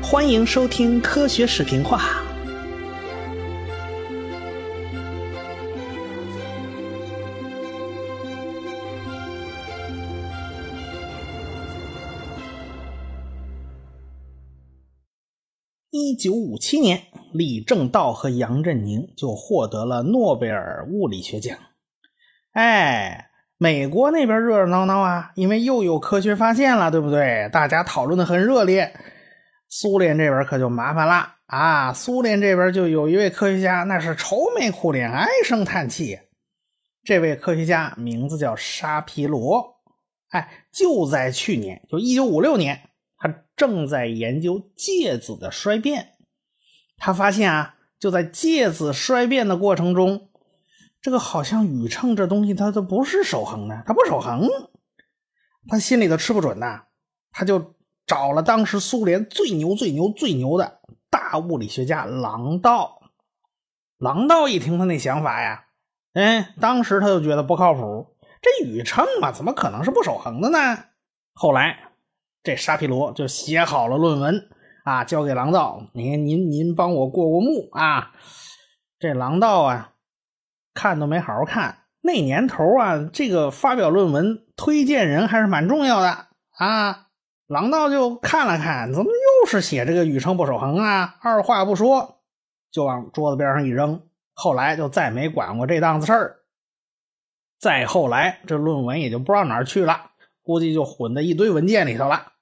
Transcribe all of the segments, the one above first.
欢迎收听科学视频化。1957年，李政道和杨振宁就获得了诺贝尔物理学奖。美国那边热热闹闹啊，因为又有科学发现了，对不对？大家讨论的很热烈。苏联这边可就麻烦了啊！苏联这边就有一位科学家，那是愁眉苦脸，唉声叹气。这位科学家名字叫沙皮罗。就在去年，就1956年，他正在研究介子的衰变。他发现啊，就在介子衰变的过程中，这个好像宇称这东西它都不是守恒的，它不守恒。他心里头吃不准呐，他就找了当时苏联最牛的大物理学家郎道。郎道一听他那想法呀，当时他就觉得不靠谱，这宇称嘛，怎么可能是不守恒的呢？后来这沙皮罗就写好了论文啊，交给郎道，您帮我过目啊。这郎道啊看都没好好看，那年头啊，这个发表论文推荐人还是蛮重要的啊。郎道就看了看，怎么又是写这个宇称不守恒啊？二话不说就往桌子边上一扔，后来就再没管过这档子事儿。再后来这论文也就不知道哪儿去了，估计就混在一堆文件里头了。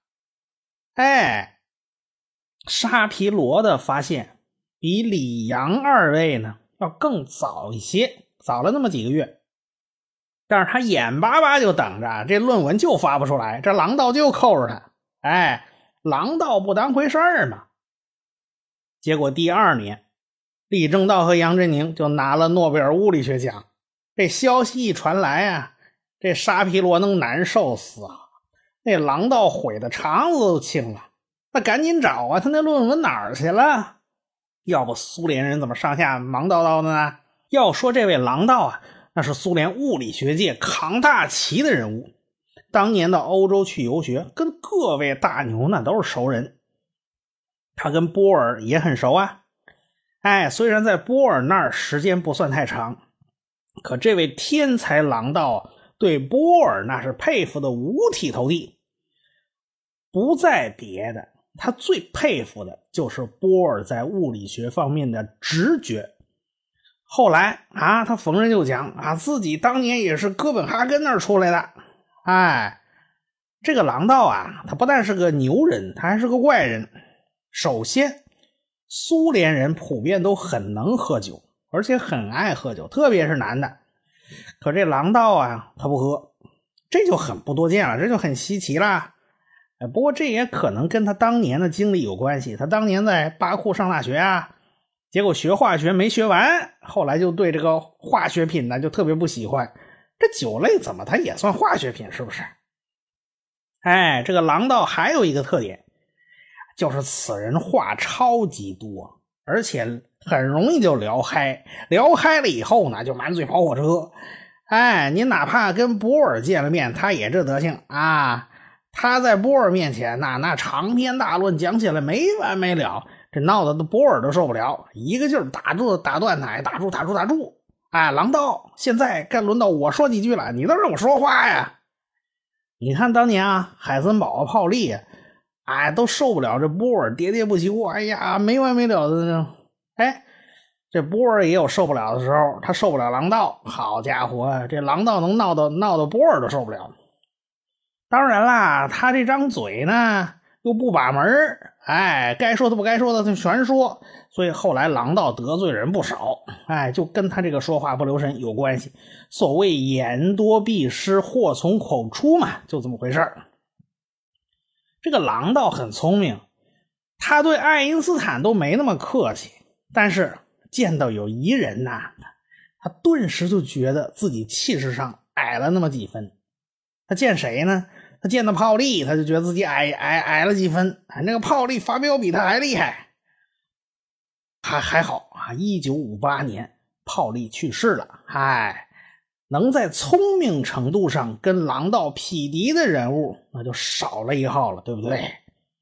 沙皮罗的发现比李杨二位呢要更早一些，早了那么几个月。但是他眼巴巴就等着这论文就发不出来，这郎道就扣着他。郎道不当回事儿嘛。结果第二年，李政道和杨振宁就拿了诺贝尔物理学奖。这消息一传来啊，这沙皮罗能难受死啊！那郎道悔的肠子都青了，那赶紧找啊，他那论文哪儿去了？要不苏联人怎么上下忙叨叨的呢？要说这位郎道啊，那是苏联物理学界扛大旗的人物，当年到欧洲去游学，跟各位大牛那都是熟人。他跟波尔也很熟啊。虽然在波尔那儿时间不算太长，可这位天才郎道对波尔那是佩服的五体投地。不在别的，他最佩服的就是波尔在物理学方面的直觉。后来啊，他逢人就讲啊，自己当年也是哥本哈根那儿出来的。这个郎道啊，他不但是个牛人，他还是个怪人。首先，苏联人普遍都很能喝酒，而且很爱喝酒，特别是男的。可这郎道啊，他不喝，这就很不多见了，这就很稀奇啦。不过这也可能跟他当年的经历有关系。他当年在巴库上大学啊，结果学化学没学完，后来就对这个化学品呢就特别不喜欢。这酒类怎么它也算化学品，是不是？这个郎道还有一个特点，就是此人话超级多，而且很容易就聊嗨了以后呢就满嘴跑火车。您哪怕跟波尔见了面，他也这德行啊。他在波尔面前那长篇大论讲起来没完没了，这闹得波尔都受不了，一个劲儿打断他，打住。郎道，现在该轮到我说几句了，你都让我说话呀。你看当年啊，海森堡泡利都受不了这波尔喋喋不休，没完没了的。这波尔也有受不了的时候，他受不了郎道，好家伙，这郎道能闹到波尔都受不了。当然啦，他这张嘴呢又不把门，该说的不该说的他全说，所以后来郎道得罪人不少，就跟他这个说话不留神有关系。所谓言多必失，祸从口出嘛，就这么回事儿。这个郎道很聪明，他对爱因斯坦都没那么客气，但是见到有一人他顿时就觉得自己气势上矮了那么几分。他见谁呢？他见到泡利，他就觉得自己矮了几分。那个泡利发飙比他还厉害。还好啊，1958年泡利去世了。能在聪明程度上跟郎道匹敌的人物，那就少了一号了，对不对？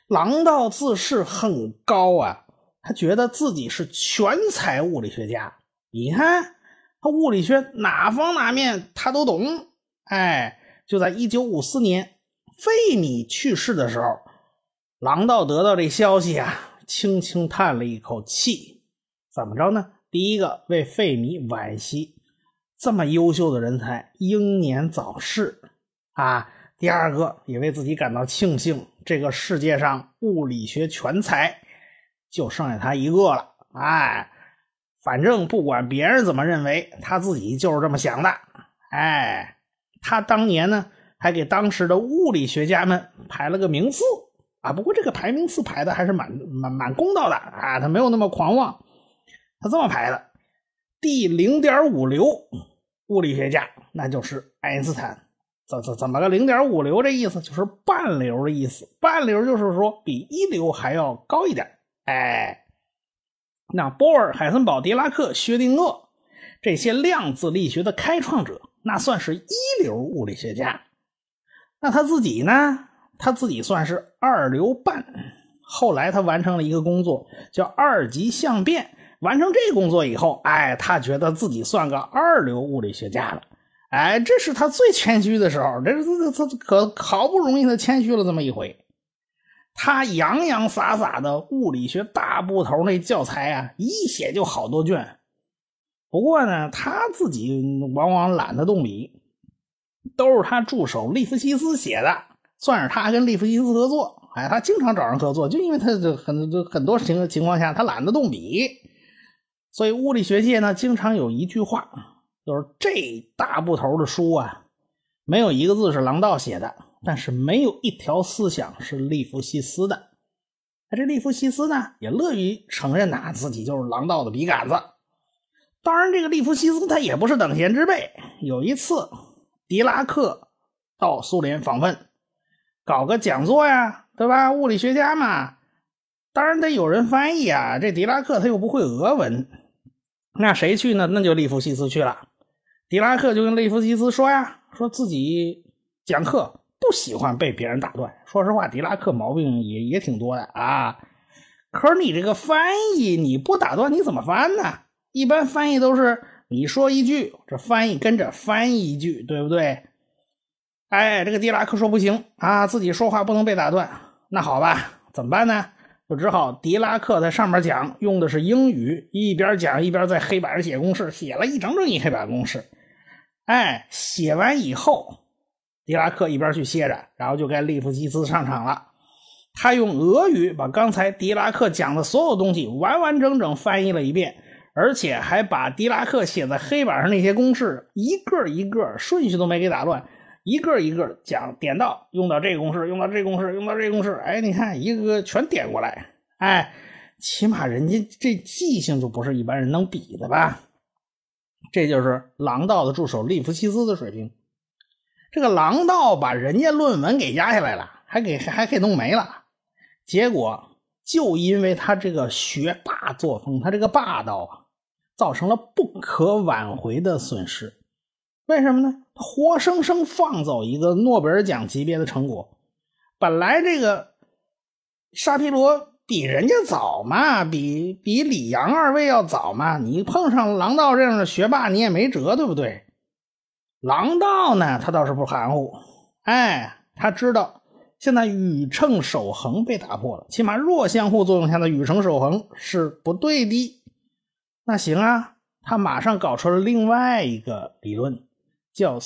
郎道自视很高啊，他觉得自己是全才物理学家。你看他物理学哪方哪面他都懂。就在1954年费米去世的时候，郎道得到这消息啊，轻轻叹了一口气。怎么着呢？第一个为费米惋惜，这么优秀的人才英年早逝啊。第二个也为自己感到庆幸，这个世界上物理学全才就剩下他一个了。反正不管别人怎么认为，他自己就是这么想的。他当年呢还给当时的物理学家们排了个名次啊，不过这个排名次排的还是蛮公道的啊，他没有那么狂妄。他这么排的，第 0.5 流物理学家那就是爱因斯坦。怎么个 0.5 流这意思？就是半流的意思。半流就是说比一流还要高一点。那波尔、海森堡、狄拉克、薛定谔这些量子力学的开创者，那算是一流物理学家。那他自己呢？他自己算是二流半。后来他完成了一个工作叫二级相变，完成这个工作以后，他觉得自己算个二流物理学家了。这是他最谦虚的时候，这可好不容易他谦虚了这么一回。他洋洋洒洒的物理学大部头那教材啊，一写就好多卷。不过呢，他自己往往懒得动笔，都是他助手利弗西斯写的，算是他跟利弗西斯合作。他经常找人合作，就因为他很多情况下他懒得动笔。所以物理学界呢，经常有一句话，就是这大部头的书啊，没有一个字是郎道写的，但是没有一条思想是利弗西斯的。这利弗西斯呢，也乐于承认自己就是郎道的笔杆子。当然这个利弗西斯他也不是等闲之辈。有一次狄拉克到苏联访问，搞个讲座呀，对吧？物理学家嘛，当然得有人翻译啊。这狄拉克他又不会俄文，那谁去呢？那就利弗西斯去了。狄拉克就跟利弗西斯说呀，说自己讲课不喜欢被别人打断。说实话，狄拉克毛病也挺多的啊。可是你这个翻译你不打断你怎么翻呢？一般翻译都是你说一句，这翻译跟着翻译一句，对不对？这个狄拉克说不行啊，自己说话不能被打断。那好吧，怎么办呢？就只好狄拉克在上面讲，用的是英语，一边讲一边在黑板上写公式，写了整一黑板公式。写完以后，狄拉克一边去歇着，然后就该利弗西斯上场了。他用俄语把刚才狄拉克讲的所有东西完完整整翻译了一遍，而且还把狄拉克写在黑板上那些公式一个一个顺序都没给打乱，一个一个讲，点到用到这个公式，用到这个公式，用到这个公式，你看一个个全点过来。起码人家这记性就不是一般人能比的吧。这就是郎道的助手利弗西斯的水平。这个郎道把人家论文给压下来了，还给弄没了。结果就因为他这个学霸作风，他这个霸道造成了不可挽回的损失。为什么呢？活生生放走一个诺贝尔奖级别的成果。本来这个沙皮罗比人家早嘛，比李阳二位要早嘛，你碰上郎道这样的学霸你也没辙，对不对？郎道呢，他倒是不含糊。他知道现在宇称守恒被打破了，起码弱相互作用下的宇称守恒是不对的。那行啊，他马上搞出了另外一个理论，叫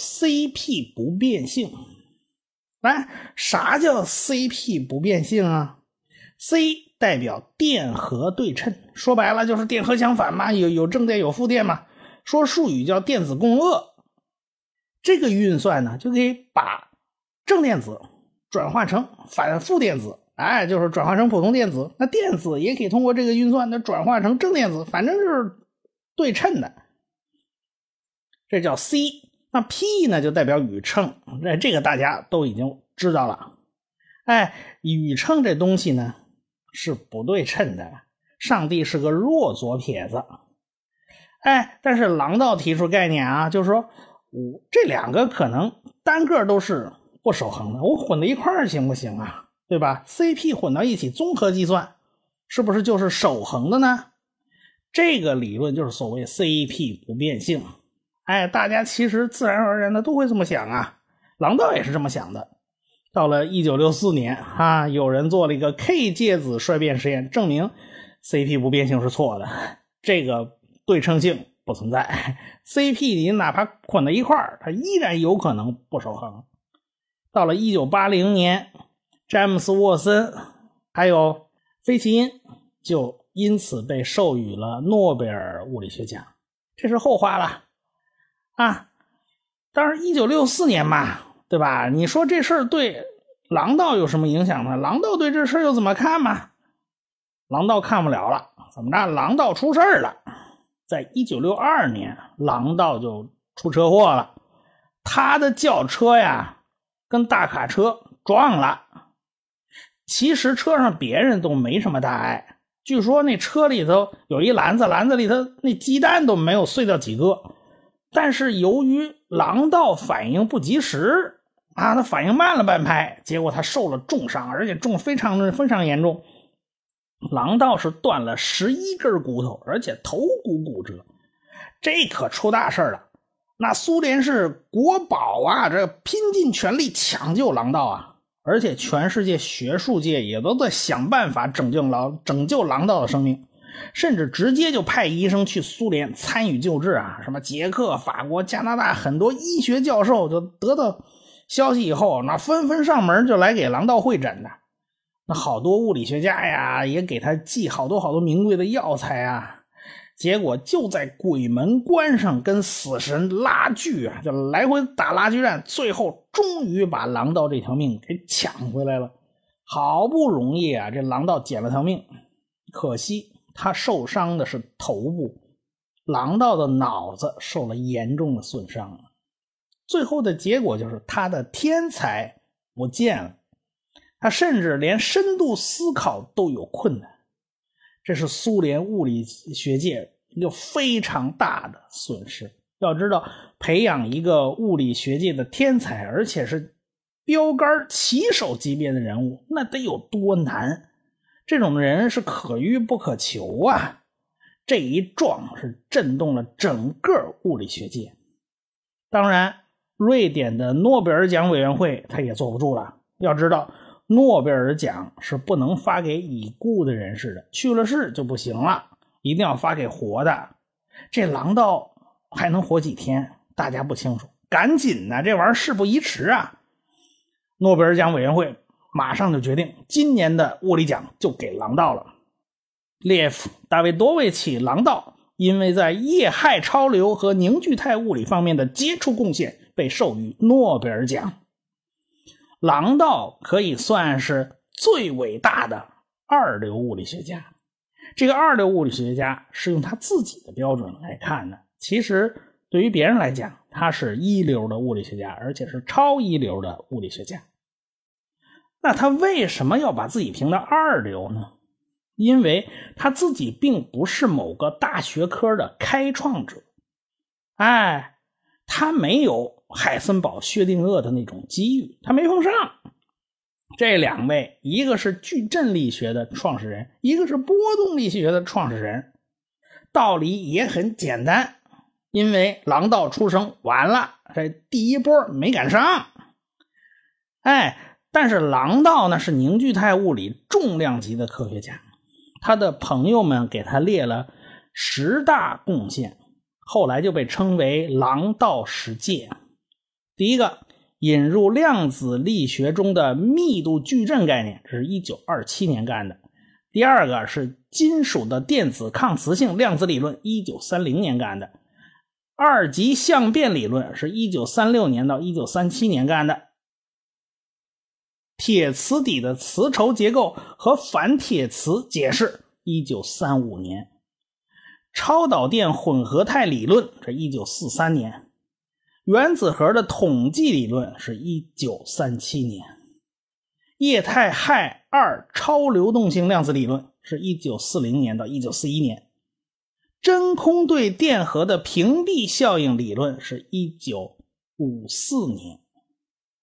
CP 不变性。啥叫 CP 不变性啊？ C 代表电荷对称，说白了就是电荷相反嘛，有正电有负电嘛，说术语叫电子共轭。这个运算呢，就可以把正电子转化成反负电子，就是转化成普通电子。那电子也可以通过这个运算的转化成正电子，反正就是对称的。这叫 C。 那 P 呢就代表宇称，这个大家都已经知道了。宇称这东西呢是不对称的，上帝是个弱左撇子。但是郎道提出概念啊，就是说这两个可能单个都是不守恒的，我混在一块儿行不行啊？ 对吧？ CP 混到一起综合计算是不是就是守恒的呢？这个理论就是所谓 CP 不变性。大家其实自然而然的都会这么想啊，郎道也是这么想的。到了1964年有人做了一个 K 介子衰变实验，证明 CP 不变性是错的，这个对称性不存在， CP 你哪怕混在一块儿，它依然有可能不守恒。到了1980年，詹姆斯沃森还有菲奇因就因此被授予了诺贝尔物理学奖，这是后话了当然1964年嘛，对吧？你说这事儿对郎道有什么影响呢？郎道对这事儿又怎么看嘛？郎道看不了了，怎么着？郎道出事儿了。在1962年，郎道就出车祸了，他的轿车呀跟大卡车撞了。其实车上别人都没什么大碍，据说那车里头有一篮子，篮子里头那鸡蛋都没有碎掉几个，但是由于郎道反应不及时他反应慢了半拍，结果他受了重伤，而且非常严重。郎道是断了11根骨头，而且头骨骨折，这可出大事了。那苏联是国宝这拼尽全力抢救郎道而且全世界学术界也都在想办法拯救郎道的生命，甚至直接就派医生去苏联参与救治什么捷克、法国、加拿大很多医学教授就得到消息以后，那纷纷上门就来给郎道会诊的。那好多物理学家也给他寄好多名贵的药材结果就在鬼门关上跟死神拉锯就来回打拉锯战，最后终于把郎道这条命给抢回来了。好不容易这郎道捡了条命，可惜他受伤的是头部，郎道的脑子受了严重的损伤，最后的结果就是他的天才不见了，他甚至连深度思考都有困难。这是苏联物理学界一个非常大的损失。要知道，培养一个物理学界的天才，而且是标杆旗手级别的人物，那得有多难？这种人是可遇不可求这一撞是震动了整个物理学界。当然，瑞典的诺贝尔奖委员会他也坐不住了。要知道，诺贝尔奖是不能发给已故的人士的，去了世就不行了，一定要发给活的。这郎道还能活几天大家不清楚，赶紧这玩意儿事不宜迟诺贝尔奖委员会马上就决定今年的物理奖就给郎道了。列夫·大卫多维奇·郎道因为在液氦超流和凝聚态物理方面的杰出贡献被授予诺贝尔奖。郎道可以算是最伟大的二流物理学家。这个二流物理学家是用他自己的标准来看的，其实对于别人来讲，他是一流的物理学家，而且是超一流的物理学家。那他为什么要把自己评到二流呢？因为他自己并不是某个大学科的开创者，他没有海森堡、薛定谔的那种机遇，他没碰上。这两位，一个是矩阵力学的创始人，一个是波动力学的创始人，道理也很简单，因为郎道出生晚了，这第一波没赶上。但是郎道呢是凝聚态物理重量级的科学家，他的朋友们给他列了10大贡献，后来就被称为郎道十诫。第一个，引入量子力学中的密度矩阵概念，这是1927年干的。第二个是金属的电子抗磁性量子理论，1930年干的。二级相变理论是1936年到1937年干的。铁磁底的磁轴结构和反铁磁解释1935年。超导电混合态理论是1943年。原子核的统计理论是1937年。液态氦2超流动性量子理论是1940年到1941年。真空对电荷的屏蔽效应理论是1954年。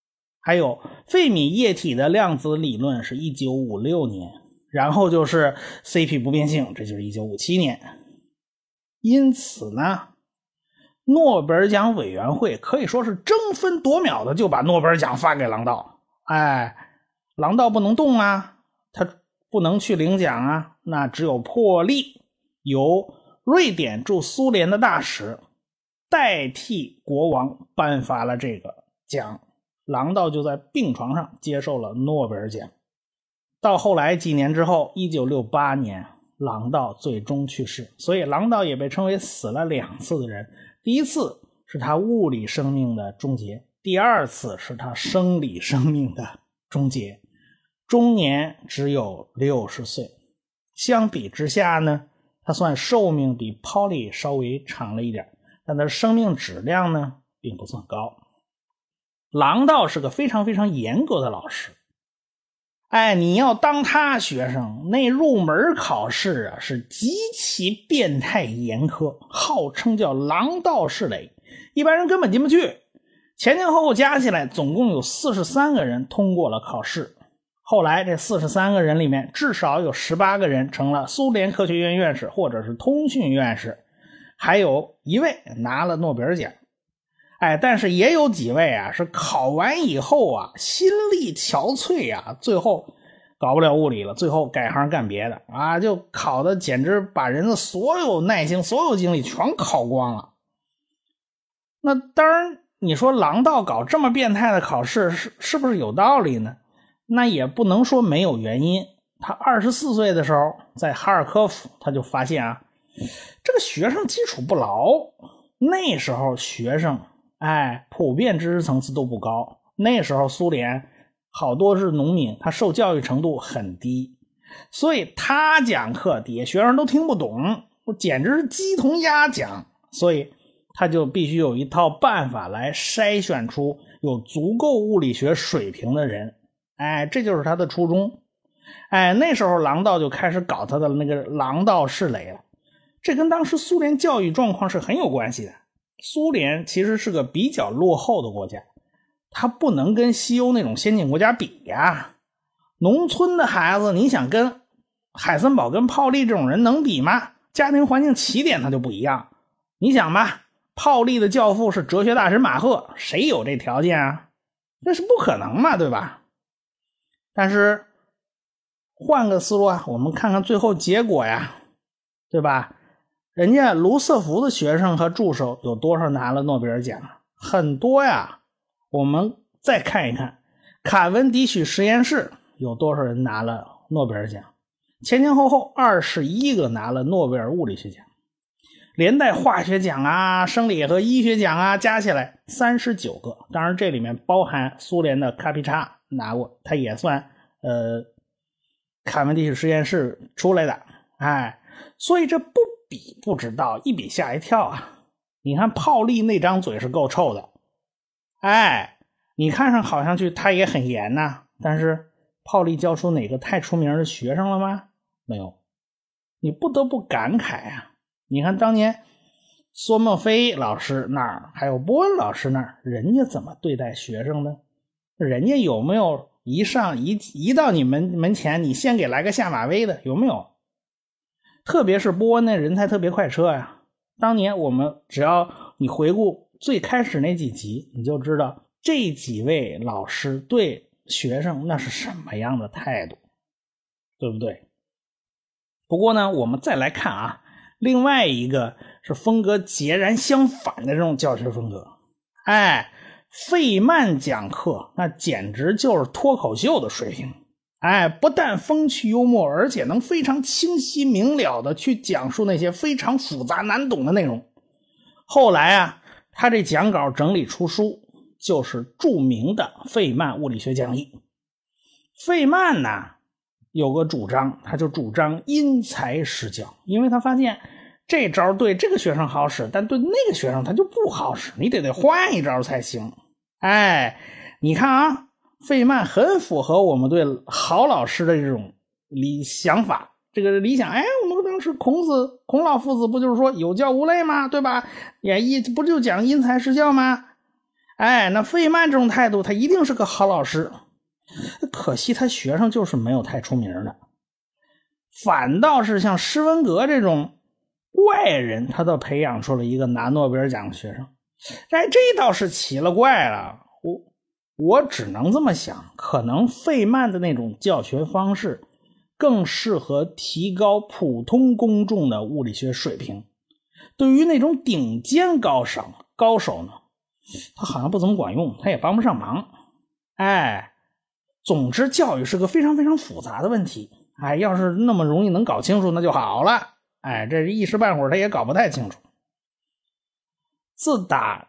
还有费米液体的量子理论是1956年，然后就是 CP 不变性，这就是1957年。因此呢，诺贝尔奖委员会可以说是争分夺秒的就把诺贝尔奖发给郎道。郎道不能动啊，他不能去领奖啊，那只有破例由瑞典驻苏联的大使代替国王颁发了这个奖，郎道就在病床上接受了诺贝尔奖。到后来几年之后，1968年郎道最终去世，所以郎道也被称为死了2次的人。第一次是他物理生命的终结，第二次是他生理生命的终结，终年只有60岁。相比之下呢，他算寿命比 Pauli 稍微长了一点，但他的生命质量呢并不算高。郎道是个非常非常严格的老师，你要当他学生，那入门考试啊是极其变态严苛，号称叫郎道试垒，一般人根本进不去。前前后后加起来总共有43个人通过了考试，后来这43个人里面至少有18个人成了苏联科学院院士或者是通讯院士，还有1位拿了诺贝尔奖。但是也有几位啊是考完以后啊心力憔悴啊，最后搞不了物理了，最后改行干别的啊，就考的简直把人的所有耐心所有精力全考光了。那当然你说郎道搞这么变态的考试是不是有道理呢？那也不能说没有原因。他24岁的时候在哈尔科夫他就发现啊，这个学生基础不牢，那时候学生普遍知识层次都不高，那时候苏联好多是农民，他受教育程度很低，所以他讲课底下学生都听不懂，简直是鸡同鸭讲，所以他就必须有一套办法来筛选出有足够物理学水平的人。这就是他的初衷。那时候郎道就开始搞他的那个郎道试垒了，这跟当时苏联教育状况是很有关系的。苏联其实是个比较落后的国家，它不能跟西欧那种先进国家比呀。农村的孩子你想跟海森堡跟泡利这种人能比吗？家庭环境起点它就不一样。你想吧，泡利的教父是哲学大师马赫，谁有这条件啊？那是不可能嘛，对吧？但是换个思路啊，我们看看最后结果呀，对吧？人家卢瑟福的学生和助手有多少拿了诺贝尔奖？很多呀。我们再看一看卡文迪许实验室有多少人拿了诺贝尔奖，前前后后21个拿了诺贝尔物理学奖，连带化学奖啊、生理和医学奖啊加起来39个，当然这里面包含苏联的卡皮查拿过，他也算卡文迪许实验室出来的。所以这不比不知道，一比吓一跳啊。你看泡利那张嘴是够臭的，你看上好像他也很严呐，但是泡利教出哪个太出名的学生了吗？没有。你不得不感慨啊，你看当年索莫菲老师那儿还有波恩老师那儿，人家怎么对待学生呢？人家有没有一到你门前你先给来个下马威的，有没有？特别是波恩那人才特别快车呀，当年我们只要你回顾最开始那几集，你就知道这几位老师对学生那是什么样的态度，对不对？不过呢，我们再来看啊，另外一个是风格截然相反的这种教学风格。费曼讲课那简直就是脱口秀的水平。不但风趣幽默，而且能非常清晰明了的去讲述那些非常复杂难懂的内容。后来啊，他这讲稿整理出书，就是著名的费曼物理学讲义。费曼呢有个主张，他就主张因材施教，因为他发现这招对这个学生好使，但对那个学生他就不好使，你得换一招才行。你看啊，费曼很符合我们对好老师的这种想法。这个理想，我们当时孔老夫子不就是说有教无类吗？对吧？不就讲因材施教吗？ 那费曼这种态度他一定是个好老师，可惜他学生就是没有太出名的，反倒是像施文格这种怪人，他倒培养出了一个拿诺贝尔奖的学生。这倒是奇了怪了，我只能这么想，可能费曼的那种教学方式更适合提高普通公众的物理学水平，对于那种顶尖高手呢，他好像不怎么管用，他也帮不上忙。总之教育是个非常非常复杂的问题，要是那么容易能搞清楚那就好了，这一时半会儿他也搞不太清楚。自打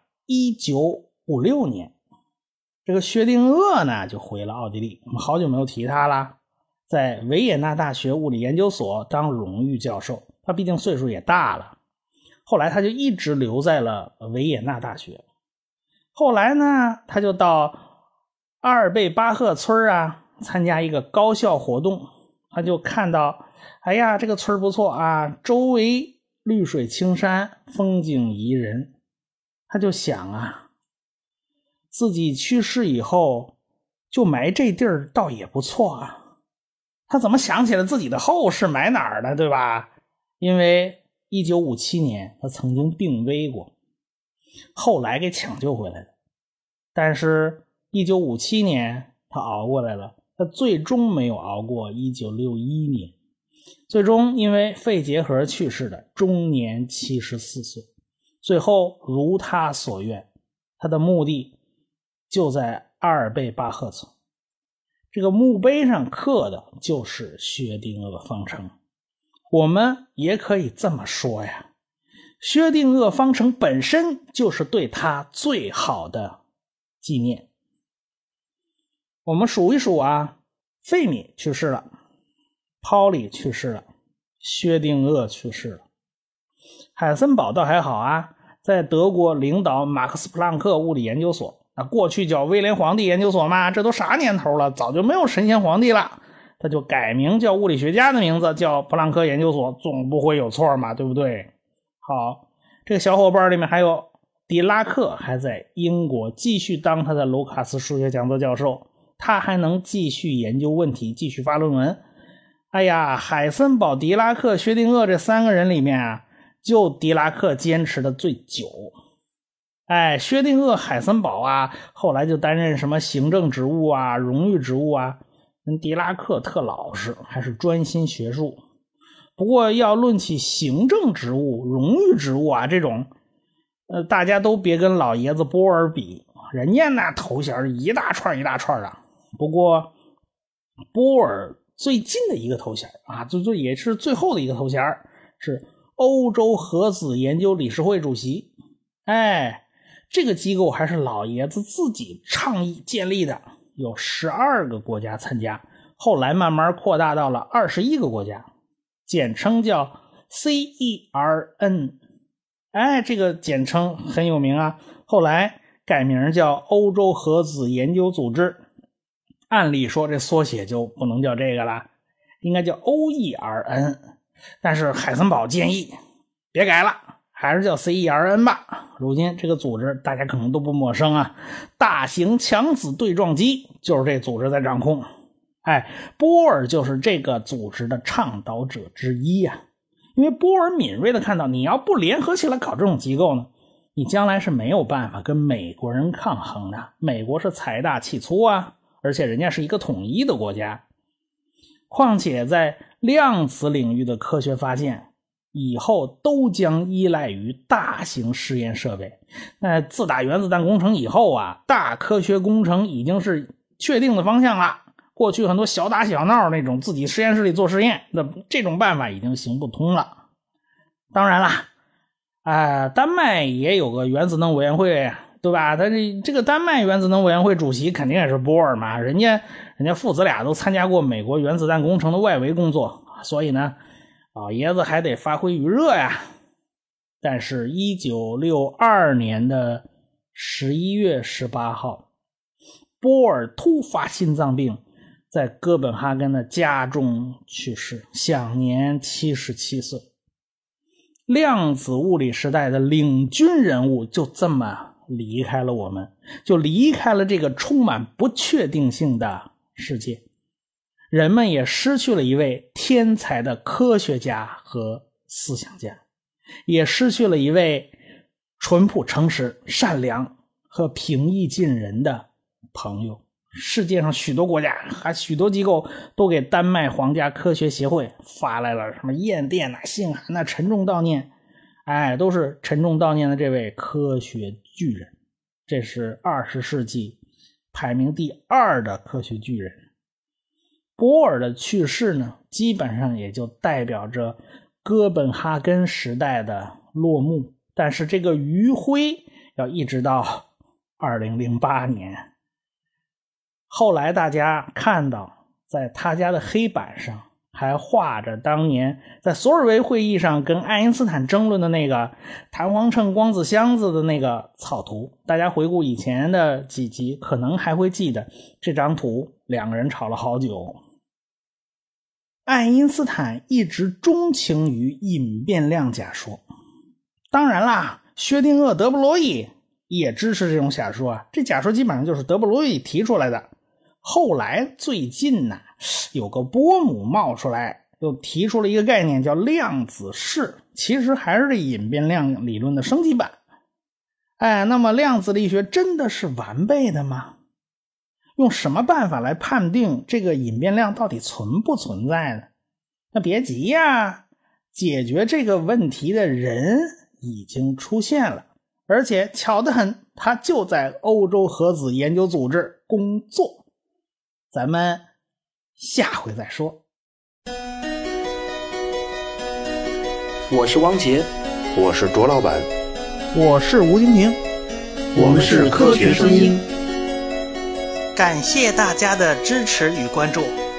1956年，这个薛定谔呢就回了奥地利，我们好久没有提他了，在维也纳大学物理研究所当荣誉教授，他毕竟岁数也大了，后来他就一直留在了维也纳大学。后来呢，他就到阿尔贝巴赫村参加一个高校活动，他就看到这个村不错啊，周围绿水青山，风景宜人。他就想自己去世以后就埋这地儿倒也不错啊。他怎么想起了自己的后事埋哪儿了，对吧？因为1957年他曾经病危过，后来给抢救回来了，但是1957年他熬过来了，他最终没有熬过1961年，最终因为肺结核去世的，终年74岁。最后如他所愿，他的墓地就在阿尔贝巴赫村，这个墓碑上刻的就是薛定谔方程。我们也可以这么说呀，薛定谔方程本身就是对他最好的纪念。我们数一数费米去世了，泡利去世了，薛定谔去世了。海森堡倒还好在德国领导马克思普朗克物理研究所，过去叫威廉皇帝研究所嘛，这都啥年头了，早就没有神仙皇帝了，他就改名叫物理学家的名字，叫普朗克研究所，总不会有错嘛，对不对？好，这个小伙伴里面还有狄拉克，还在英国继续当他的卢卡斯数学讲座教授，他还能继续研究问题，继续发论文。海森堡、狄拉克、薛定谔这三个人里面就狄拉克坚持的最久。薛定谔、海森堡后来就担任什么行政职务荣誉职务狄拉克特老实，还是专心学术。不过要论起行政职务、荣誉职务这种大家都别跟老爷子波尔比，人家那头衔一大串一大串的。不过波尔最近的一个头衔就也是最后的一个头衔是欧洲核子研究理事会主席。这个机构还是老爷子自己倡议建立的，有12个国家参加，后来慢慢扩大到了21个国家，简称叫 CERN。这个简称很有名后来改名叫欧洲核子研究组织。按理说这缩写就不能叫这个了，应该叫 OERN， 但是海森堡建议别改了，还是叫 CERN 吧。如今这个组织大家可能都不陌生大型强子对撞机就是这组织在掌控。波尔就是这个组织的倡导者之一因为波尔敏锐的看到，你要不联合起来搞这种机构呢，你将来是没有办法跟美国人抗衡的。美国是财大气粗而且人家是一个统一的国家。况且在量子领域的科学发现以后都将依赖于大型实验设备。自打原子弹工程以后大科学工程已经是确定的方向了。过去很多小打小闹那种自己实验室里做实验，那这种办法已经行不通了。当然了丹麦也有个原子能委员会，对吧？他这个丹麦原子能委员会主席肯定也是波尔嘛，人家父子俩都参加过美国原子弹工程的外围工作，所以呢老爷子还得发挥余热但是1962年的11月18号，波尔突发心脏病，在哥本哈根的家中去世，享年77岁。量子物理时代的领军人物就这么离开了我们，就离开了这个充满不确定性的世界。人们也失去了一位天才的科学家和思想家，也失去了一位淳朴诚实善良和平易近人的朋友。世界上许多国家还许多机构都给丹麦皇家科学协会发来了什么唁电信函沉重悼念，都是沉重悼念的这位科学巨人。这是20世纪排名第2的科学巨人。波尔的去世呢，基本上也就代表着哥本哈根时代的落幕，但是这个余晖要一直到2008年。后来大家看到在他家的黑板上还画着当年在索尔维会议上跟爱因斯坦争论的那个弹簧秤光子箱子的那个草图。大家回顾以前的几集可能还会记得这张图，两个人吵了好久。爱因斯坦一直钟情于隐变量假说，当然啦，薛定谔、德布罗意也支持这种假说啊。这假说基本上就是德布罗意提出来的。后来最近呢，有个波姆冒出来，又提出了一个概念叫量子式，其实还是这隐变量理论的升级版。那么量子力学真的是完备的吗？用什么办法来判定这个隐变量到底存不存在呢？那别急呀，解决这个问题的人已经出现了，而且巧得很，他就在欧洲核子研究组织工作。咱们下回再说。 我是汪杰， 我是卓老板， 我是吴金平， 我们是科学声音。 感谢大家的支持与关注，